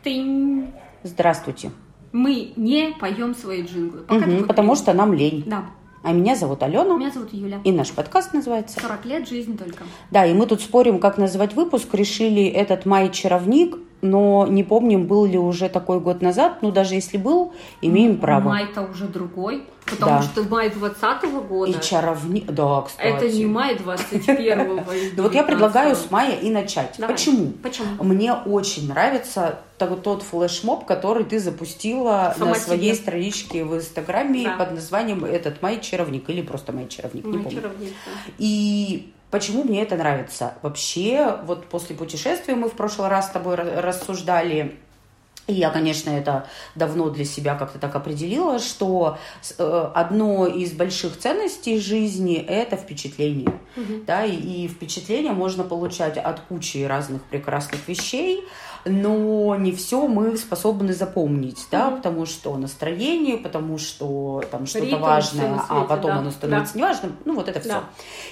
Тынь. Здравствуйте. Мы не поем свои джинглы. Потому что нам лень. Да. А меня зовут Алена. Меня зовут Юля. И наш подкаст называется 40 лет, жизнь только. Да, и мы тут спорим, как назвать выпуск. Решили этот май-чаровник, но не помним, был ли уже такой год назад. Ну, даже если был, имеем право. Май-то уже другой, потому что май 2020 года. И чаровник, да, кстати. Это не май 21-го. Вот я предлагаю с мая и начать. Давай. Почему? Почему? Мне очень нравится тот флешмоб, который ты запустила на своей страничке в Инстаграме под названием «Этот май-чаровник» или просто «Май-чаровник», не помню. Май-чаровник, да. И почему мне это нравится? Вообще, вот после путешествия мы в прошлый раз с тобой рассуждали, и я, конечно, это давно для себя как-то так определила, что одно из больших ценностей жизни – это впечатление. Да, и впечатления можно получать от кучи разных прекрасных вещей, но не все мы способны запомнить, да, потому что настроение, потому что там что-то важное, а потом оно становится неважным, ну вот это все. Да.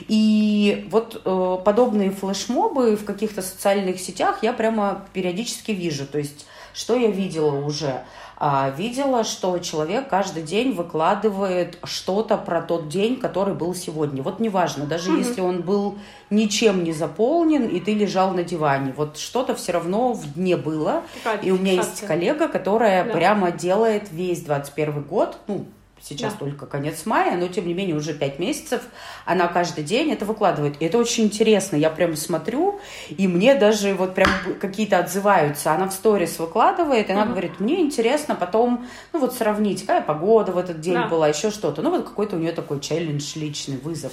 И вот подобные флешмобы в каких-то социальных сетях я прямо периодически вижу, то есть что я видела уже? Видела, что человек каждый день выкладывает что-то про тот день, который был сегодня. Вот неважно, даже если он был ничем не заполнен, и ты лежал на диване. Вот что-то все равно в дне было. И у меня есть коллега, которая прямо делает весь 21 год, сейчас только конец мая, но тем не менее уже 5 месяцев она каждый день это выкладывает. И это очень интересно. Я прям смотрю, и мне даже вот прям какие-то отзываются. Она в сторис выкладывает, и она говорит, мне интересно потом, сравнить, какая погода в этот день была, еще что-то. Какой-то у нее такой челлендж, личный вызов.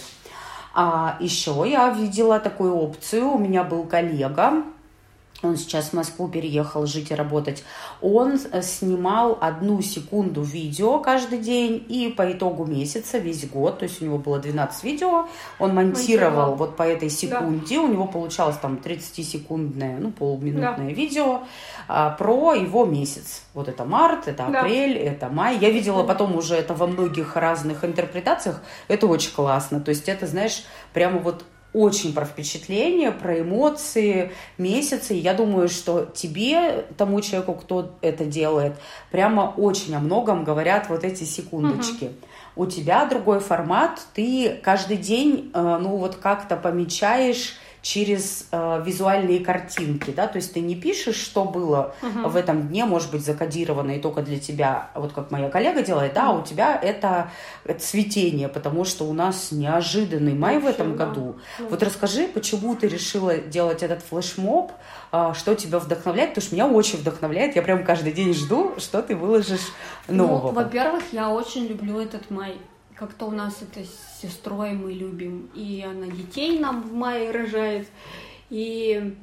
А еще я видела такую опцию. У меня был коллега, он сейчас в Москву переехал жить и работать. Он снимал 1 секунду видео каждый день, и по итогу месяца, весь год, то есть у него было 12 видео, он монтировал вот по этой секунде, у него получалось там 30-секундное, полуминутное видео про его месяц. Вот это март, это апрель, это май. Я видела потом уже это во многих разных интерпретациях. Это очень классно. То есть это, знаешь, прямо вот очень про впечатления, про эмоции, месяцы. Я думаю, что тебе, тому человеку, кто это делает, прямо очень о многом говорят вот эти секундочки. У тебя другой формат, ты каждый день, как-то помечаешь через визуальные картинки, да, то есть ты не пишешь, что было в этом дне, может быть, закодировано и только для тебя, вот как моя коллега делает, да, у тебя это цветение, потому что у нас неожиданный май в этом году. Вот расскажи, почему ты решила делать этот флешмоб, что тебя вдохновляет, потому что меня очень вдохновляет, я прям каждый день жду, что ты выложишь нового. Во-первых, я очень люблю этот май. Как-то у нас это с сестрой мы любим, и она детей нам в мае рожает, и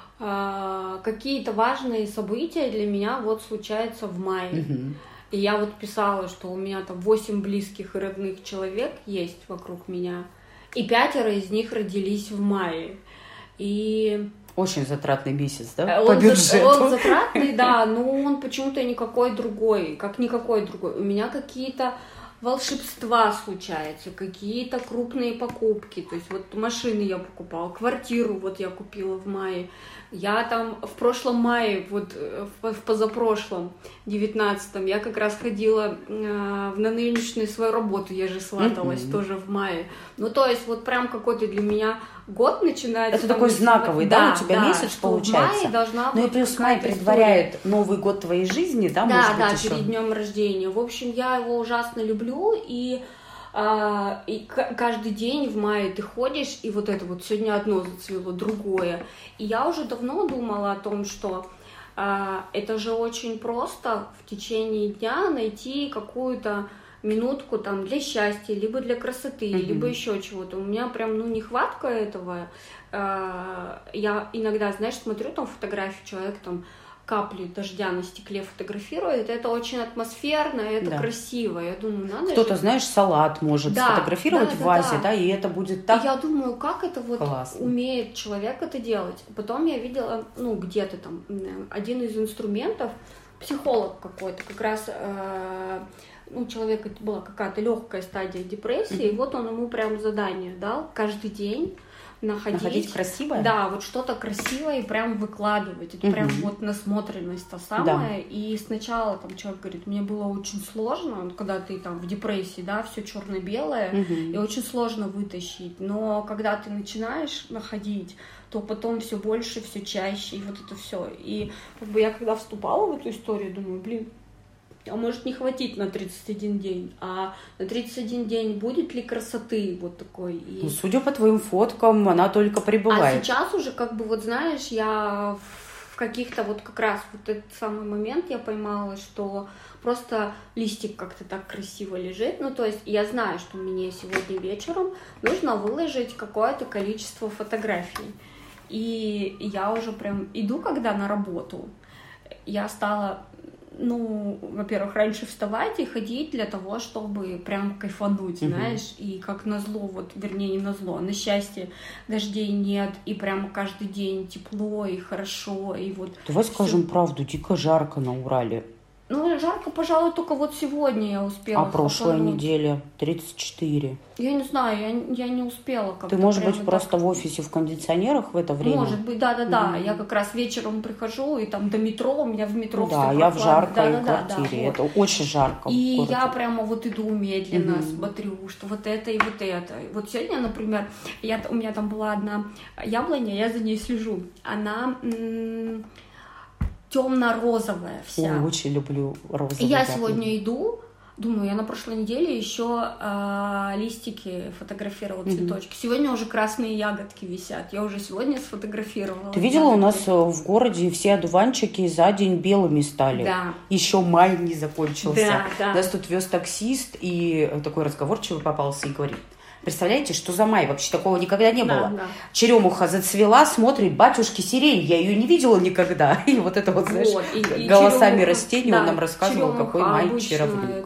какие-то важные события для меня вот случаются в мае. И я вот писала, что у меня там 8 близких и родных человек есть вокруг меня, и 5 из них родились в мае. И очень затратный месяц, да, по бюджету? Он затратный, да, но он почему-то никакой другой, как никакой другой. У меня какие-то волшебства случаются, какие-то крупные покупки. То есть вот машины я покупала, квартиру вот я купила в мае. Я там в прошлом мае, вот в позапрошлом, 19-м, я как раз ходила на нынешнюю свою работу, я же сваталась тоже в мае. То есть вот прям какой-то для меня год начинается. Это такой знаковый, да, у тебя месяц получается. В мае должна быть и плюс май предваряет Новый год твоей жизни, да, может быть, еще? Да, перед днем рождения. В общем, я его ужасно люблю, и каждый день в мае ты ходишь, и вот это вот сегодня одно зацвело, другое. И я уже давно думала о том, что это же очень просто в течение дня найти какую-то минутку там для счастья, либо для красоты, либо еще чего-то. У меня прям, нехватка этого. Я иногда, знаешь, смотрю там фотографии человека, там капли дождя на стекле фотографирует, это очень атмосферно, это красиво. Я думаю, надо кто-то, знаешь, салат может сфотографировать в вазе, да, и это будет так. И я думаю, как это вот классно. Умеет человек это делать. Потом я видела, где-то там один из инструментов, психолог какой-то, как раз у человека была какая-то легкая стадия депрессии, и вот он ему прям задание дал каждый день находить красивое? Да, вот что-то красивое и прям выкладывать. Это прям вот насмотренность та самая. Да. И сначала там человек говорит, мне было очень сложно, когда ты там в депрессии, да, все черно-белое, и очень сложно вытащить. Но когда ты начинаешь находить, то потом все больше, все чаще, и вот это все. И как бы я когда вступала в эту историю, думаю, блин, а может не хватить на 31 день, а на 31 день будет ли красоты вот такой? И... Ну, судя по твоим фоткам, она только прибывает. А сейчас уже как бы вот знаешь, я в каких-то вот как раз вот этот самый момент я поймала, что просто листик как-то так красиво лежит, ну то есть я знаю, что мне сегодня вечером нужно выложить какое-то количество фотографий, и я уже прям иду когда на работу, я стала... Ну, во-первых, раньше вставать и ходить для того, чтобы прям кайфануть, знаешь, и как назло, вот, вернее, не назло, на счастье дождей нет, и прямо каждый день тепло и хорошо, и вот... Давай скажем правду, дико жарко на Урале. Ну, жарко, пожалуй, только вот сегодня я успела. А прошлая неделя 34. Я не знаю, я не успела как-то. Ты, может быть, просто в офисе в кондиционерах в это время? Может быть, да. Я как раз вечером прихожу, и там до метро, у меня в метро все прохладно. Да, я в жаркой квартире, это вот. Очень жарко. И я прямо вот иду медленно, смотрю, что вот это и вот это. Вот сегодня, например, у меня там была одна яблоня, я за ней слежу. Она... темно-розовая вся. Ой, очень люблю розовые. Я сегодня иду, думаю, я на прошлой неделе еще листики фотографировала, цветочки. Сегодня уже красные ягодки висят. Я уже сегодня сфотографировала. Ты видела, ягодки. У нас в городе все одуванчики за день белыми стали. Да. Еще май не закончился. Да. Нас тут вез таксист, и такой разговорчивый попался и говорит: представляете, что за май? Вообще такого никогда не было. Да. Черемуха зацвела, смотрит, батюшки, сирень. Я ее не видела никогда. И вот это вот, знаешь, и голосами растений он нам рассказывал, какой май чаровник.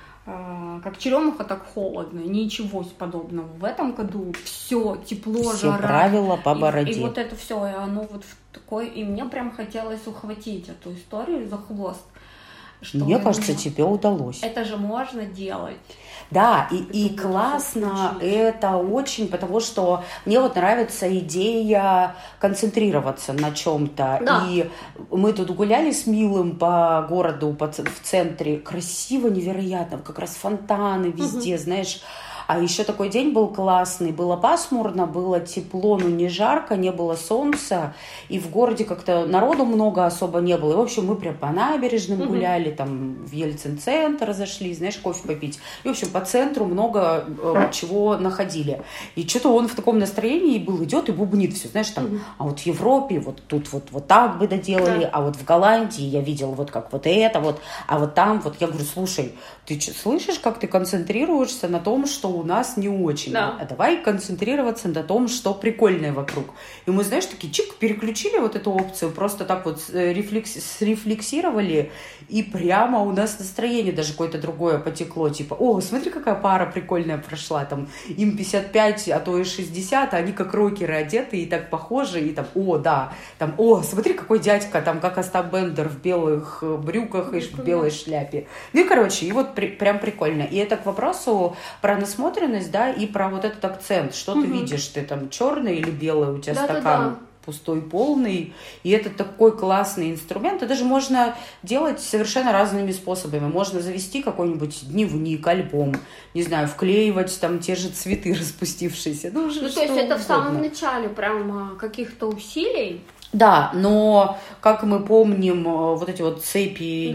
Как черемуха, так холодно. Ничего подобного. В этом году все тепло, все жара. Правила по бороде. И вот это все, и оно вот такое. И мне прям хотелось ухватить эту историю за хвост. Мне кажется, тебе удалось. Это же можно делать. Да, и классно это очень, потому что мне вот нравится идея концентрироваться на чем-то. Да. И мы тут гуляли с Милым по городу, в центре. Красиво, невероятно, как раз фонтаны везде, знаешь. А еще такой день был классный, было пасмурно, было тепло, но не жарко, не было солнца, и в городе как-то народу много особо не было. И, в общем, мы прям по набережным гуляли, там в Ельцин-центр зашли, знаешь, кофе попить. И, в общем, по центру много чего находили. И что-то он в таком настроении был, идет и бубнит все, знаешь, там, а вот в Европе вот тут вот так бы доделали, а вот в Голландии я видел вот как вот это вот, а вот там вот. Я говорю, слушай, ты слышишь, как ты концентрируешься на том, что у нас не очень. Да. А давай концентрироваться на том, что прикольное вокруг. И мы, знаешь, такие чик, переключили вот эту опцию, просто так вот срефлексировали, и прямо у нас настроение даже какое-то другое потекло. Типа, о, смотри, какая пара прикольная прошла. Там им 55, а то и 60, а они как рокеры одеты и так похожи. И там, о, да, там, о, смотри, какой дядька, там, как Остап Бендер в белых брюках и в белой шляпе. Ну и, короче, и вот прям прикольно. И это к вопросу про насмотренность, да, и про вот этот акцент. Что ты видишь? Ты там черный или белый? У тебя стакан пустой, полный. И это такой классный инструмент. Это же можно делать совершенно разными способами. Можно завести какой-нибудь дневник, альбом, не знаю, вклеивать там те же цветы распустившиеся. Ну, то есть это в самом начале прям каких-то усилий. Да, но, как мы помним, вот эти вот цепи,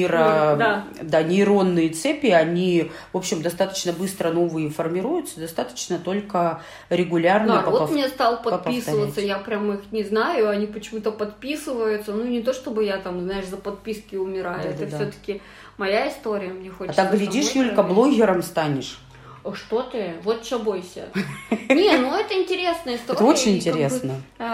нейронные цепи, они, в общем, достаточно быстро новые формируются, достаточно только регулярно народ мне стал подписываться, я прям их не знаю, они почему-то подписываются, ну, не то чтобы я там, знаешь, за подписки умираю, это все-таки моя история, мне хочется. А так, глядишь, Юлька, блогером станешь. Что ты? Вот что бойся. Не, ну это интересная история. Это очень интересно.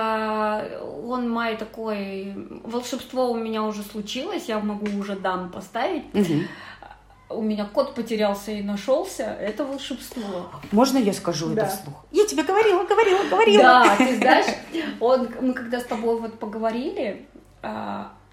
Он май такой... Волшебство у меня уже случилось, я могу уже дам поставить. У меня кот потерялся и нашелся. Это волшебство. Можно я скажу это вслух? Я тебе говорила. Да, ты знаешь, мы когда с тобой вот поговорили...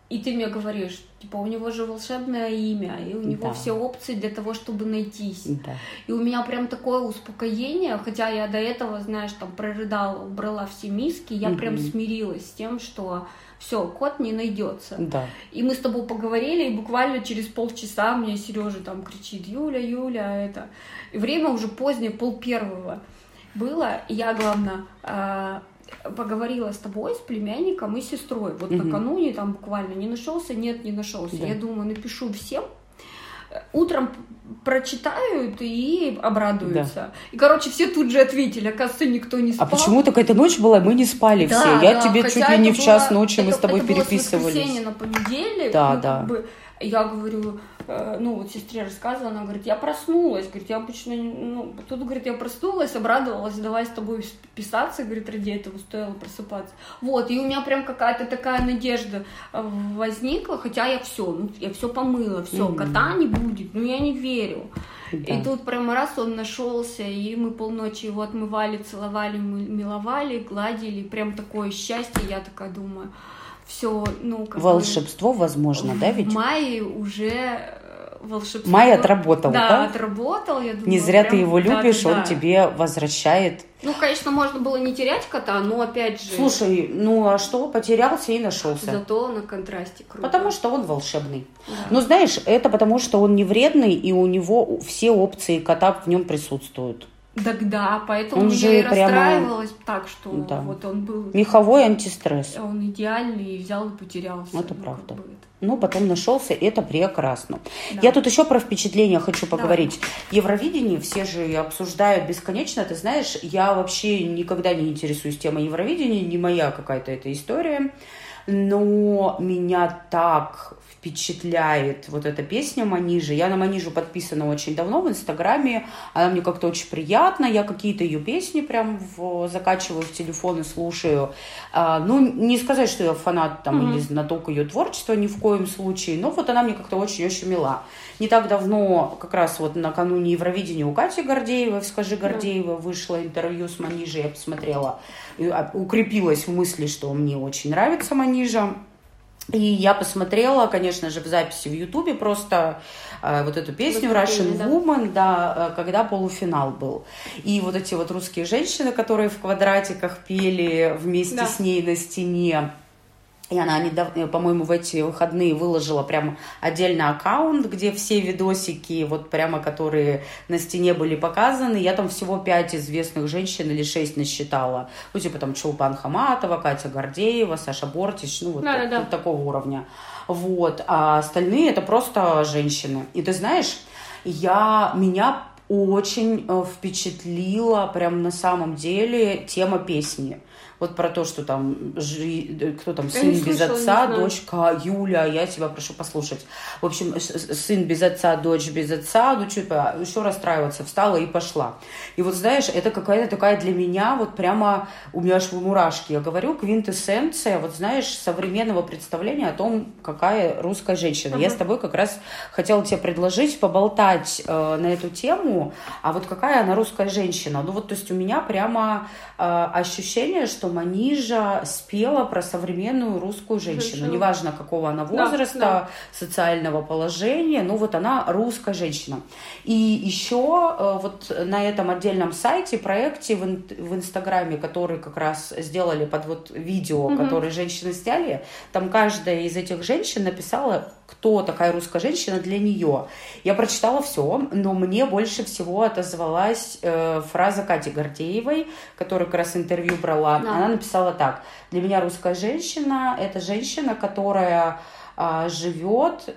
И ты мне говоришь, типа, у него же волшебное имя, и у него все опции для того, чтобы найтись. Да. И у меня прям такое успокоение, хотя я до этого, знаешь, там прорыдала, убрала все миски, я прям смирилась с тем, что все, кот не найдется. Да. И мы с тобой поговорили, и буквально через полчаса мне Сережа там кричит: Юля, это... И время уже позднее, 12:30 было, и я, главное, поговорила с тобой, с племянником и сестрой. Вот накануне там буквально не нашелся. Да. Я думаю, напишу всем. Утром прочитают и обрадуются. Да. И, короче, все тут же ответили. Оказывается, никто не спал. А почему такая ночь была? Мы не спали все. Я тебе чуть ли не в час ночи мы с тобой переписывались. Это было с воскресенья на понедельник. Да. Я говорю, вот сестре рассказывала, она говорит, я проснулась, говорит, я обычно, тут, говорит, я проснулась, обрадовалась, давай с тобой писаться, говорит, ради этого стоило просыпаться. Вот, и у меня прям какая-то такая надежда возникла, хотя я все помыла, все, кота не будет, я не верю. Да. И тут прямо раз он нашелся, и мы полночи его отмывали, целовали, миловали, гладили, прям такое счастье, я такая думаю... Все, волшебство возможно, да, ведь? В мае уже волшебство... Май отработал, да? Да, отработал, я думаю. Не зря ты его любишь, он тебе возвращает. Конечно, можно было не терять кота, но опять же... Слушай, а что, потерялся и нашелся. Зато на контрасте круто. Потому что он волшебный. Да. Знаешь, это потому что он не вредный, и у него все опции кота в нем присутствуют. Да, поэтому я и расстраивалась так, что вот он был... Меховой антистресс. Он идеальный, и взял и потерялся. Это правда. Потом нашелся, это прекрасно. Да. Я тут еще про впечатления хочу поговорить. Евровидение все же обсуждают бесконечно. Ты знаешь, я вообще никогда не интересуюсь темой Евровидения, не моя какая-то эта история. Но меня так впечатляет вот эта песня Манижи. Я на Манижу подписана очень давно в Инстаграме. Она мне как-то очень приятна. Я какие-то ее песни прям закачиваю в телефон и слушаю. Не сказать, что я фанат или знаток ее творчества ни в коем случае, но вот она мне как-то очень-очень мила. Не так давно, как раз вот накануне Евровидения у Кати Гордеевой, «Скажи, Гордеева», вышло интервью с Манижей, я посмотрела, укрепилась в мысли, что мне очень нравится Манижа. И я посмотрела, конечно же, в записи в Ютубе просто вот эту песню Russian Woman, когда полуфинал был. И вот эти вот русские женщины, которые в квадратиках пели вместе с ней на стене. И она недавно, по-моему, в эти выходные выложила прям отдельный аккаунт, где все видосики, вот прямо которые на стене были показаны. Я там всего 5 известных женщин или 6 насчитала. Там Чулпан Хаматова, Катя Гордеева, Саша Бортич, такого уровня. А остальные это просто женщины. И ты знаешь, меня очень впечатлила прям на самом деле тема песни. Вот про то, что там, кто там, сын без отца, дочка, Юля, я тебя прошу послушать. В общем, сын без отца, дочь без отца, еще расстраиваться, встала и пошла. И вот знаешь, это какая-то такая для меня, вот прямо у меня аж мурашки. Я говорю, квинтэссенция, вот знаешь, современного представления о том, какая русская женщина. Я с тобой как раз хотела тебе предложить поболтать на эту тему, а вот какая она русская женщина. То есть у меня прямо ощущение, что Манижа спела про современную русскую женщину. Неважно, какого она возраста, социального положения, она русская женщина. И еще вот на этом отдельном сайте, проекте в Инстаграме, который как раз сделали под вот видео, которое женщины сняли, там каждая из этих женщин написала, кто такая русская женщина для нее. Я прочитала все, но мне больше всего отозвалась фраза Кати Гордеевой, которая как раз интервью брала. Она написала так: для меня русская женщина – это женщина, которая живет,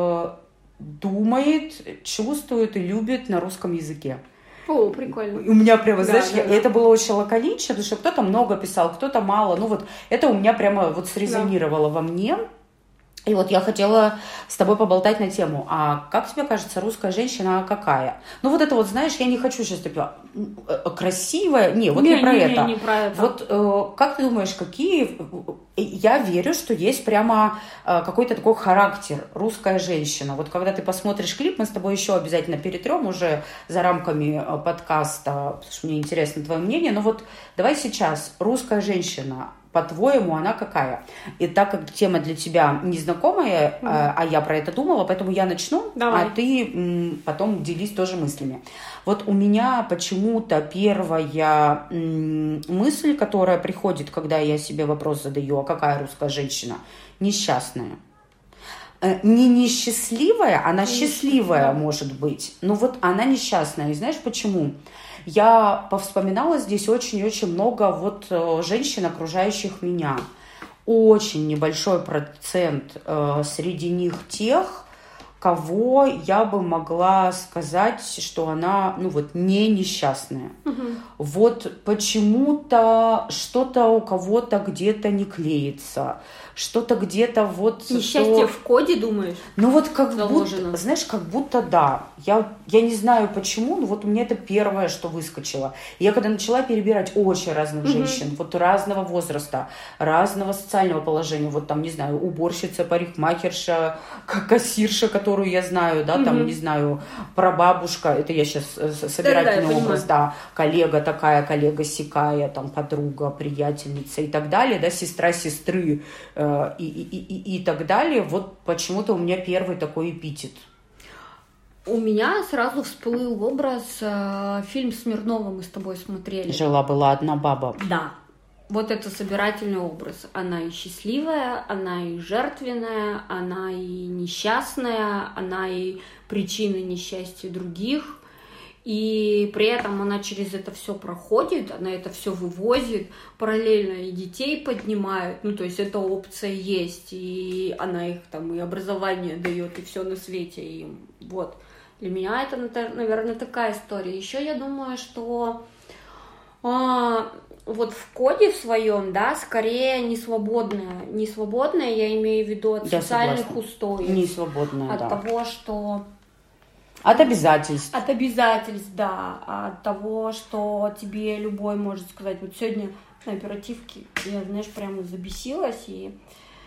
думает, чувствует и любит на русском языке. О, прикольно. У меня прямо, знаешь, это было очень лаконично, потому что кто-то много писал, кто-то мало. Это у меня прямо срезонировало во мне. И вот я хотела с тобой поболтать на тему, а как тебе кажется, русская женщина какая? Это знаешь, я не хочу сейчас красивая, не про это. Не про это. Как ты думаешь, какие... Я верю, что есть прямо какой-то такой характер русская женщина. Когда ты посмотришь клип, мы с тобой еще обязательно перетрем уже за рамками подкаста, потому что мне интересно твое мнение, давай сейчас, русская женщина, по-твоему, она какая? И так как тема для тебя незнакомая, а я про это думала, поэтому я начну, Давай. а ты потом делись тоже мыслями. Вот у меня почему-то первая мысль, которая приходит, когда я себе вопрос задаю, а какая русская женщина? Несчастная. Не несчастливая, она счастливая, может быть. Но вот она несчастная. И знаешь почему? Я повспоминала здесь очень-очень много вот женщин, окружающих меня. Очень небольшой процент среди них тех, кого я бы могла сказать, что она, ну вот, не несчастная. Вот почему-то что-то у кого-то где-то не клеится, что-то где-то вот... Несчастье в коде, думаешь? Ну вот как заложено? будто, знаешь, как будто да. Я не знаю почему, но вот у меня это первое, что выскочило. И я когда начала перебирать очень разных женщин, вот разного возраста, разного социального положения, вот там, не знаю, уборщица, парикмахерша, кассирша, которую я знаю, да, там, не знаю, прабабушка, это я сейчас собирательный образ, да, коллега такая, коллега сякая, там, подруга, приятельница и так далее, да, сестра сестры, и так далее. Вот почему-то у меня первый такой эпитет. У меня сразу всплыл образ, фильм Смирнова мы с тобой смотрели. Жила-была одна баба. Да. Вот это собирательный образ. Она и счастливая, она и жертвенная, она и несчастная, она и причина несчастья других. И при этом она через это все проходит, она это все вывозит, параллельно и детей поднимает, ну, то есть эта опция есть, и она их там и образование дает, и все на свете им. Вот. Для меня это, наверное, такая история. Еще я думаю, что вот в коде в своем, да, скорее не свободная. Не свободная, я имею в виду от социальных устоев. Не свободная, от того, что... От обязательств. От обязательств, да. От того, что тебе любой может сказать. Вот сегодня на оперативке я, знаешь, прямо забесилась и,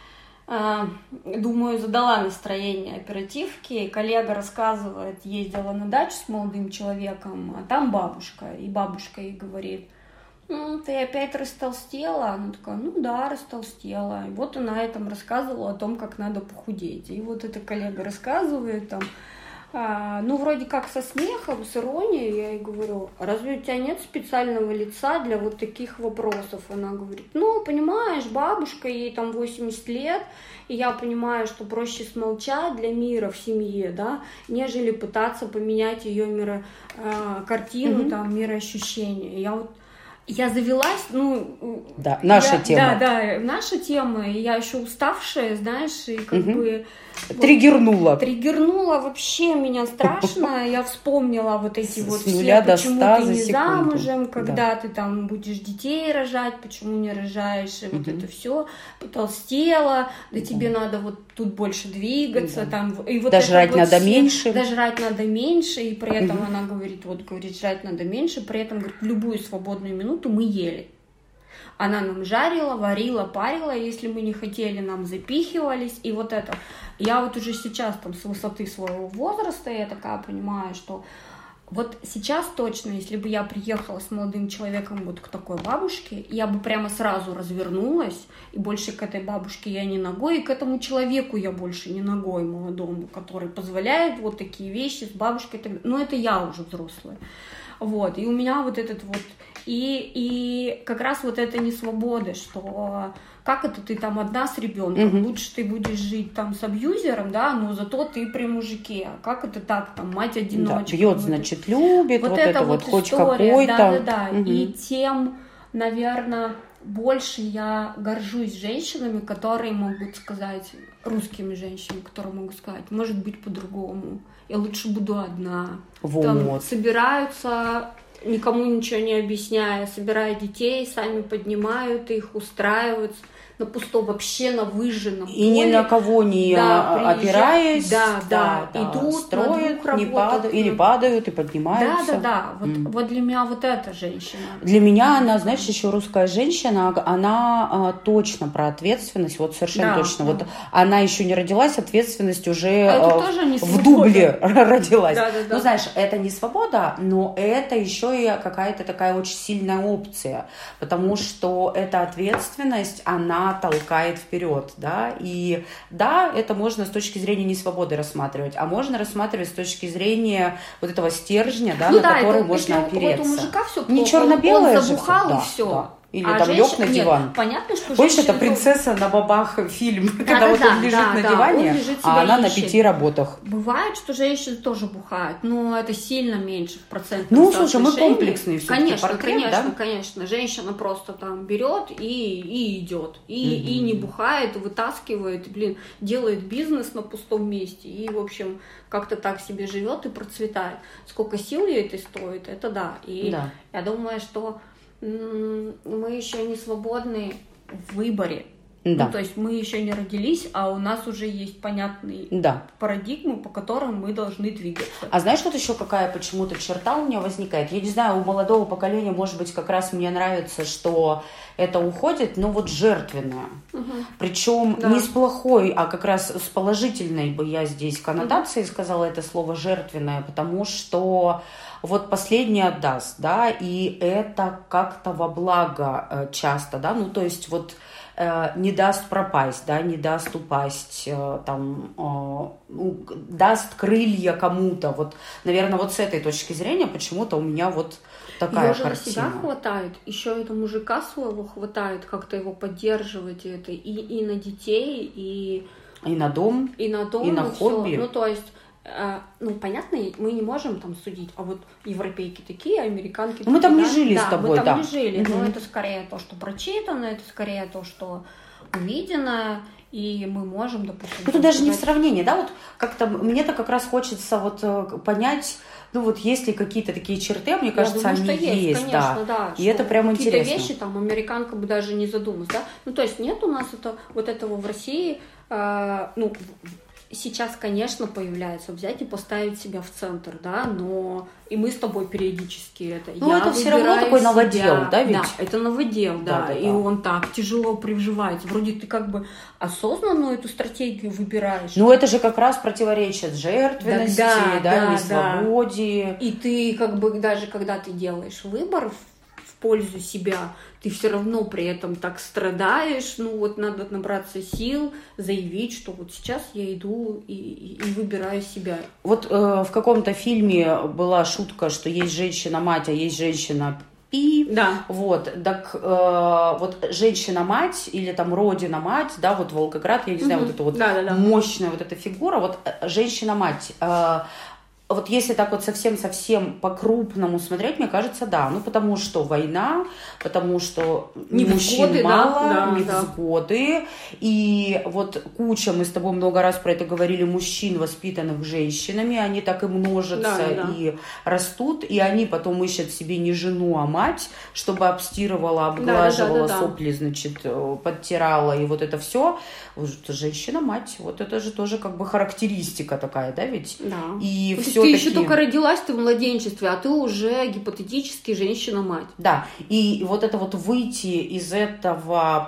думаю, задала настроение оперативки. Коллега рассказывает, ездила на дачу с молодым человеком, а там бабушка. И бабушка ей говорит: ты опять растолстела? Она такая: ну да, растолстела. И вот она этом рассказывала о том, как надо похудеть. И вот эта коллега рассказывает там, ну, вроде как со смехом, с иронией, я ей говорю: а разве у тебя нет специального лица для вот таких вопросов? Она говорит: ну, понимаешь, бабушка, ей там 80 лет, и я понимаю, что проще смолчать для мира в семье, да, нежели пытаться поменять ее картину, там, мироощущение. Я завелась, ну... Да, наша тема. Да, наша тема, и я еще уставшая, знаешь, и как бы... Триггернула. Триггернула вообще меня страшно. Я вспомнила вот эти вот все, почему ты не замужем, когда ты там будешь детей рожать, почему не рожаешь, и вот это все. Потолстела, да тебе надо вот тут больше двигаться. Там, и вот жрать надо меньше. Да, жрать надо меньше, и при этом она говорит, жрать надо меньше, при этом, говорит, в любую свободную минуту мы ели. Она нам жарила, варила, парила, если мы не хотели, нам запихивались, и вот это. Я вот уже сейчас там с высоты своего возраста, я такая понимаю, что вот сейчас точно, если бы я приехала с молодым человеком вот к такой бабушке, я бы прямо сразу развернулась, и больше к этой бабушке я не ногой, и к этому человеку я больше не ногой молодому, который позволяет вот такие вещи с бабушкой. Но это я уже взрослая. Вот, и у меня вот этот вот, и как раз вот это несвобода, что как это ты там одна с ребенком, лучше ты будешь жить там с абьюзером, да, но зато ты при мужике, а как это так, там, мать-одиночка. Да, пьет, значит, любит, вот это вот история, хоть какой-то. Да, и тем, наверное, больше я горжусь женщинами, которые могут сказать, русскими женщинами, которые могут сказать, может быть по-другому, я лучше буду одна. Вот. Там собираются, никому ничего не объясняя, собирая детей, сами поднимают их, устраивают, на пустом, вообще на выжженном поле. И ни на кого не опираясь, идут, строят, не падают, или падают и поднимаются. Вот для меня вот эта женщина. Для меня она, знаешь, еще русская женщина, она точно про ответственность, вот совершенно точно. Вот она еще не родилась, ответственность уже в дубле родилась. Ну, знаешь, это не свобода, но это еще и какая-то такая очень сильная опция, потому что эта ответственность, она толкает вперед, да, и да, это можно с точки зрения несвободы рассматривать, а можно рассматривать с точки зрения вот этого стержня, да, на который можно опереться. У мужика все плохо, не черно-белое он забухал же, и все. Да. Или там лег на диван. Нет, понятно, что больше это «Принцесса на бобах» фильм, когда вот он лежит на диване, а она на 5 работах. Бывает, что женщины тоже бухают, но это сильно меньше в процентном соотношении. Ну, слушай, мы комплексные все-таки портрет, конечно. Женщина просто там берет и идет, и не бухает, вытаскивает, делает бизнес на пустом месте, и, в общем, как-то так себе живет и процветает. Сколько сил ей это стоит, это да. И я думаю, что мы еще не свободны в выборе. Да. Ну, то есть мы еще не родились, а у нас уже есть понятные парадигмы, по которым мы должны двигаться. А знаешь, вот еще какая почему-то черта у меня возникает? Я не знаю, у молодого поколения, может быть, как раз мне нравится, что это уходит, но вот жертвенное. Причем не с плохой, а как раз с положительной бы я здесь коннотацией сказала это слово «жертвенное», потому что вот последний отдаст, да, и это как-то во благо часто, да, ну, то есть вот не даст пропасть, да, не даст упасть, даст крылья кому-то, вот, наверное, вот с этой точки зрения почему-то у меня вот такая картина. Ее же на себя хватает, еще это мужика своего хватает, как-то его поддерживать, это и на детей, и на дом, и на хобби. Все. Ну, то есть, понятно, мы не можем там судить, а вот европейки такие, американки такие. Мы там не жили с тобой, мы там не жили, но это скорее то, что прочитано, это скорее то, что увидено, и мы можем, допустим... Ну, это даже не в сравнении, да, вот как-то мне-то как раз хочется вот понять, ну, вот есть ли какие-то такие черты, мне кажется, они есть, конечно, да. И это прям интересно. Какие-то вещи, там, американка бы даже не задумалась, да, ну, то есть нет у нас вот этого в России, сейчас, конечно, появляется взять и поставить себя в центр, да, но и мы с тобой периодически это. Ну, это все равно такой новодел, да, ведь? Да, это новодел, да, и он так тяжело приживается. Вроде ты как бы осознанно эту стратегию выбираешь. Ну, это же как раз противоречит жертвенности, несвободе. И ты как бы даже когда ты делаешь выбор в пользу себя, ты все равно при этом так страдаешь, ну вот надо набраться сил, заявить, что вот сейчас я иду и выбираю себя. Вот в каком-то фильме была шутка, что есть женщина-мать, а есть женщина-пи. Да. Вот, так вот женщина-мать или там родина-мать, да, вот Волгоград, я не знаю, вот эта вот мощная вот эта фигура, вот женщина-мать. Вот если так вот совсем-совсем по-крупному смотреть, мне кажется, да. Ну, потому что война, потому что мужчин мало, невзгоды. И вот куча, мы с тобой много раз про это говорили, мужчин, воспитанных женщинами, они так и множатся и растут. И они потом ищут себе не жену, а мать, чтобы обстирывала, обглаживала, сопли, значит, подтирала. И вот это все. Женщина-мать, вот это же тоже как бы характеристика такая, да, ведь? Да. И ты еще только родилась, ты в младенчестве, а ты уже гипотетически женщина-мать. Да, и вот это вот выйти из этого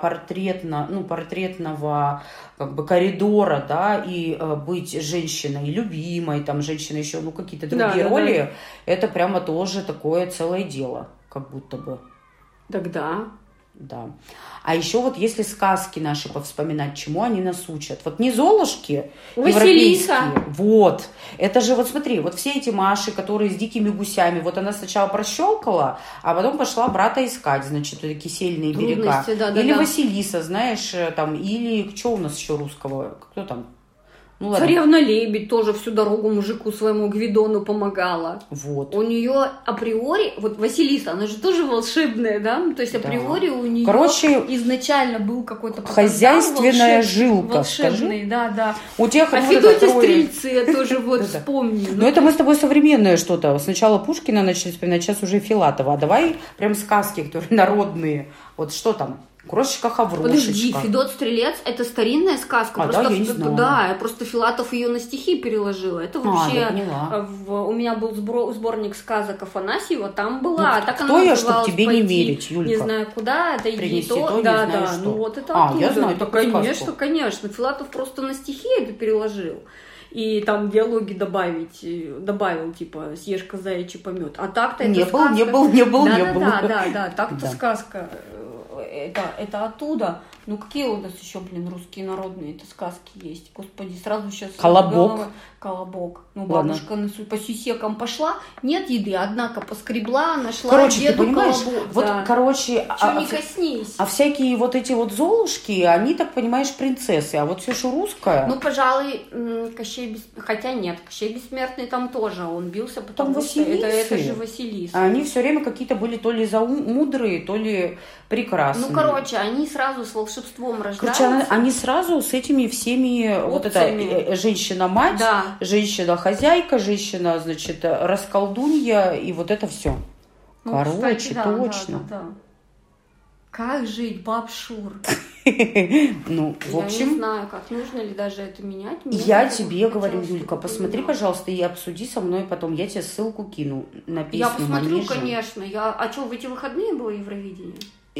портретного как бы коридора, да, и быть женщиной любимой, там, женщиной еще, какие-то другие роли, это прямо тоже такое целое дело, как будто бы. Тогда. Да. А еще вот если сказки наши повспоминать, чему они нас учат. Вот не Золушки Василиса. Европейские. Вот. Это же вот смотри, вот все эти Маши, которые с дикими гусями, вот она сначала прощелкала, а потом пошла брата искать, значит, эти кисельные берега. Или Василиса, знаешь, там, или что у нас еще русского? Кто там? Ну, Царевна-лебедь тоже всю дорогу мужику своему Гвидону помогала. Вот. У нее априори, вот Василиса, она же тоже волшебная, да? То есть априори у нее изначально был какой-то хозяйственная жилка, волшебный, да. У тех а Федоте Стрельцы я тоже вот вспомню. Но это мы с тобой современное что-то. Сначала Пушкина начали вспоминать, сейчас уже Филатова. А давай прям сказки, которые народные. Вот что там? Крошечка-хаврушечка. Подожди, Федот Стрелец — это старинная сказка. Да, я не знала. Да, просто Филатов ее на стихи переложила. Это вообще... я поняла. У меня был сборник сказок Афанасьева, там была. Ну, так кто она я, чтобы называлась тебе «Пойти не верить, Юлька? Не знаю куда, да Принеси то, то, не да, знаю да. что. Ну вот это оттуда. Я знаю да, такую конечно, сказку. конечно. Филатов просто на стихи это переложил. И там диалоги добавил, типа, съешь-ка заячий помет. А так-то это сказка. Не был. Да, так-то сказка. Это оттуда. Ну, какие у нас еще, русские народные это сказки есть? Господи, сразу сейчас... Колобок. Ну, бабушка по сюсекам пошла, нет еды, однако поскребла, нашла деду ты понимаешь, колобок. вот, да. Чё не коснись. А всякие вот эти вот золушки, они, так понимаешь, принцессы, а вот все, что русское... Ну, пожалуй, хотя нет, Кощей Бессмертный там тоже, он бился, потому там что это же Василиса. Они все время какие-то были то ли мудрые, то ли прекрасные. Ну, короче, они сразу с волшебством рождаются. Короче, они сразу с этими всеми, вот это женщина-мать, да. Женщина-хозяйка, женщина, значит, расколдунья, и вот это все. Ну, короче, кстати, да, точно. Да. Как жить, баб Шур? Ну, в общем... Я не знаю, как нужно ли даже это менять. Я тебе говорю, Юлька, посмотри, пожалуйста, и обсуди со мной потом. Я тебе ссылку кину на песню Я посмотрю, Манижа. Конечно. А что, в эти выходные было Евровидение?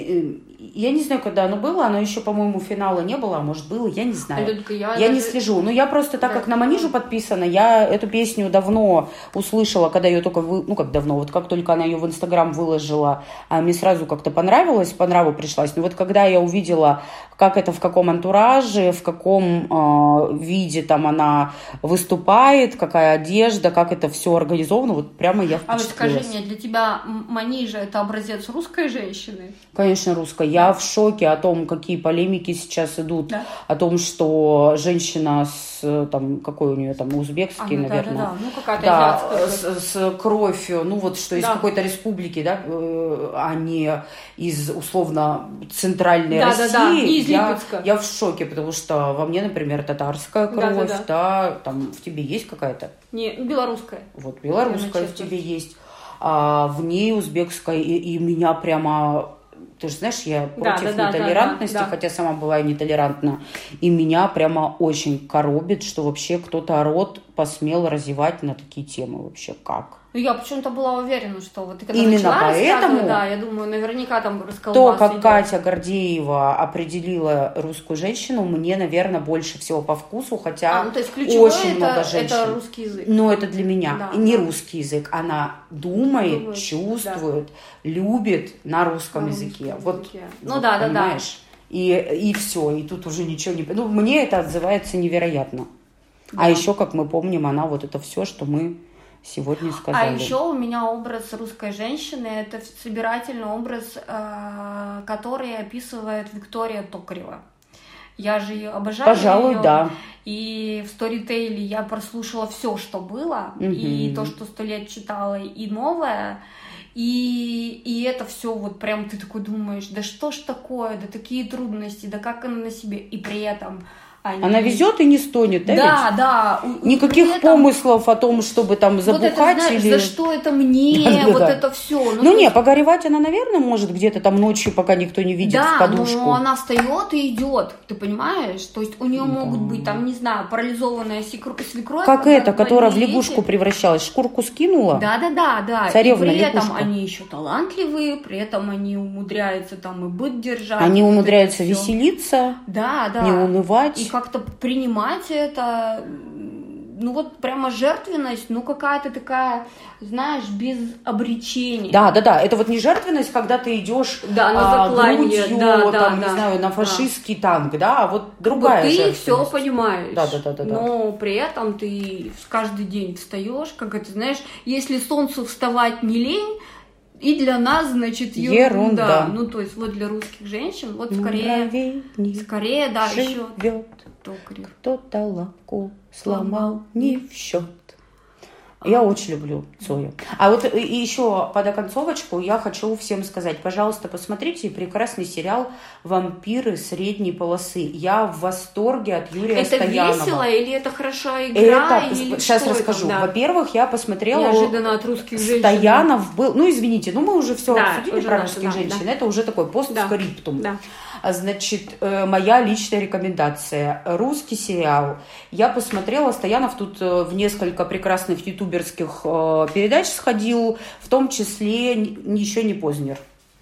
Я не знаю, когда оно было, оно еще, по-моему, финала не было, а может было, я не знаю. Я не слежу. Но я просто, так как на Манижу подписана, я эту песню давно услышала, когда ее только, как давно, вот как только она ее в Инстаграм выложила, мне сразу как-то понравилось, по нраву пришлась. Но вот когда я увидела, как это, в каком антураже, в каком виде там она выступает, какая одежда, как это все организовано, вот прямо я впечатлилась. А вот скажи мне, для тебя Манижа — это образец русской женщины? Конечно, русская. Я в шоке о том, какие полемики сейчас идут, да. О том, что женщина какой у нее там, узбекский, наверное. Да. Ну, какая-то азиатская. С кровью, что из какой-то республики, да, а не из, условно, центральной России. Да, не из Липецка. Я в шоке, потому что во мне, например, татарская кровь, там в тебе есть какая-то? Не, белорусская. Вот, белорусская в тебе есть. А в ней узбекская, и меня прямо... Ты же знаешь, я против нетолерантности, хотя сама была и нетолерантна. И меня прямо очень коробит, что вообще кто-то рот посмел разевать на такие темы. Вообще как? Ну, я почему-то была уверена, что вот ты когда именно поэтому, я думаю, наверняка там расколбас то, как идет. Катя Гордеева определила русскую женщину, мне, наверное, больше всего по вкусу, хотя то есть ключевое очень много женщин. Это русский язык. Но это для меня не русский язык. Она думает, чувствует, любит на русском языке. Вот, понимаешь? И все, и тут уже ничего не... мне это отзывается невероятно. Да. А еще, как мы помним, она вот это все, что мы сегодня сказали. А еще у меня образ русской женщины, это собирательный образ, который описывает Виктория Токарева. Я же ее обожаю. Пожалуй, ее. Да. И в сторитейле я прослушала все, что было, и то, что 100 лет читала, и новое. И это все вот прям ты такой думаешь, да что ж такое, да такие трудности, да как она на себе, и при этом... Она везет и не стонет, да? Да. Никаких помыслов о том, чтобы там забухать вот это, знаешь, или... За что это мне, это все. Погоревать она, наверное, может где-то там ночью, пока никто не видит, в подушку. Да, но она встает и идет, ты понимаешь? То есть у нее могут быть там, не знаю, парализованная свекровь. Как эта, которая в лягушку превращалась, шкурку скинула? Да. Царевна и при лягушка. этом они еще талантливые, при этом они умудряются там и быт держать. Они умудряются веселиться, не унывать. И как-то принимать это, прямо жертвенность, какая-то такая, знаешь, без обречения. Да, это вот не жертвенность, когда ты идешь на грудью, не знаю, на фашистский танк, а вот другая жертвенность. Ты все понимаешь. Да. Но при этом ты каждый день встаешь, как это, знаешь, если солнцу вставать не лень, и для нас, значит, ерунда. То есть вот для русских женщин, скорее, еще Токарев. Кто-то лапку сломал не в счет. Я очень люблю Цою. А вот и еще под оконцовочку я хочу всем сказать, пожалуйста, посмотрите прекрасный сериал «Вампиры средней полосы». Я в восторге от Юрия Стоянова. Это весело или это хорошая игра? Сейчас расскажу. Да. Во-первых, я посмотрела... Неожиданно от русских женщин. Стоянов был... извините, мы уже все обсудили про русских женщин. Да. Это уже такой постскриптум. Да. Значит, моя личная рекомендация. Русский сериал. Я посмотрела, Стоянов тут в несколько прекрасных ютуберских передач сходил, в том числе «Еще не Познер».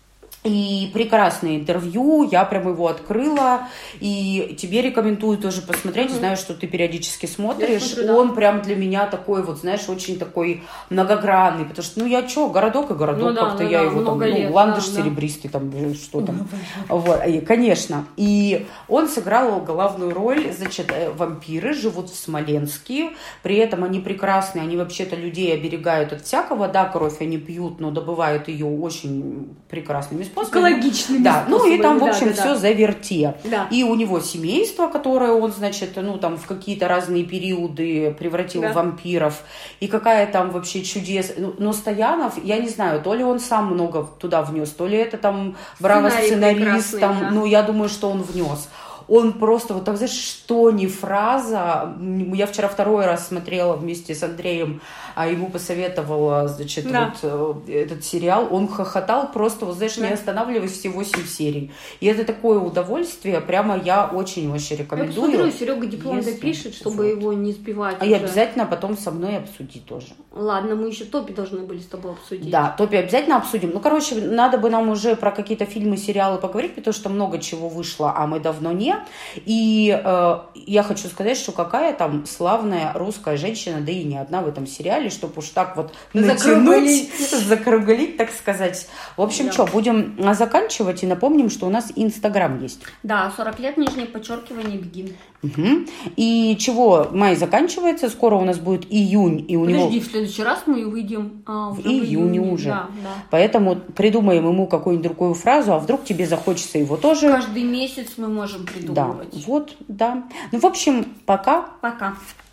И прекрасное интервью, я прям его открыла, и тебе рекомендую тоже посмотреть, знаю, что ты периодически смотришь, смотрю, да. Он прям для меня такой вот, знаешь, очень такой многогранный, потому что, я городок и городок, как-то я его там, ландыш серебристый, там, что там, вот, и, конечно, и он сыграл главную роль, значит, вампиры живут в Смоленске, при этом они прекрасные, они вообще-то людей оберегают от всякого, да, кровь они пьют, но добывают ее очень прекрасными способами. Экологичными да, способами. И там, в общем, все заверте. Да. И у него семейство, которое он, значит, там в какие-то разные периоды превратил в вампиров. И какая там вообще чудесная... Но Стоянов, я не знаю, то ли он сам много туда внес, то ли это там браво-сценарист, там, я думаю, что он внес. Он просто, вот так, знаешь, что ни фраза. Я вчера второй раз смотрела вместе с Андреем, а ему посоветовала, значит, вот этот сериал. Он хохотал просто, вот знаешь, не останавливаясь, все 8 серий. И это такое удовольствие, прямо я очень-очень рекомендую. Я посмотрю, Серега диплом допишет, чтобы его не сбивать. И обязательно потом со мной обсуди тоже. Ладно, мы еще топи должны были с тобой обсудить. Да, топи обязательно обсудим. Короче, надо бы нам уже про какие-то фильмы, сериалы поговорить, потому что много чего вышло, а мы давно не. И я хочу сказать, что какая там славная русская женщина, да и не одна в этом сериале, чтобы уж так вот натянуть, закруглить, так сказать. В общем, что, будем заканчивать и напомним, что у нас Инстаграм есть. Да, 40 лет, _, Бегин. Угу. И чего, май заканчивается, скоро у нас будет июнь, и у него... Подожди, в следующий раз мы выйдем в июне уже. Да. Поэтому придумаем ему какую-нибудь другую фразу, а вдруг тебе захочется его тоже. Каждый месяц мы можем придумывать. Да, вот, да. В общем, пока. Пока.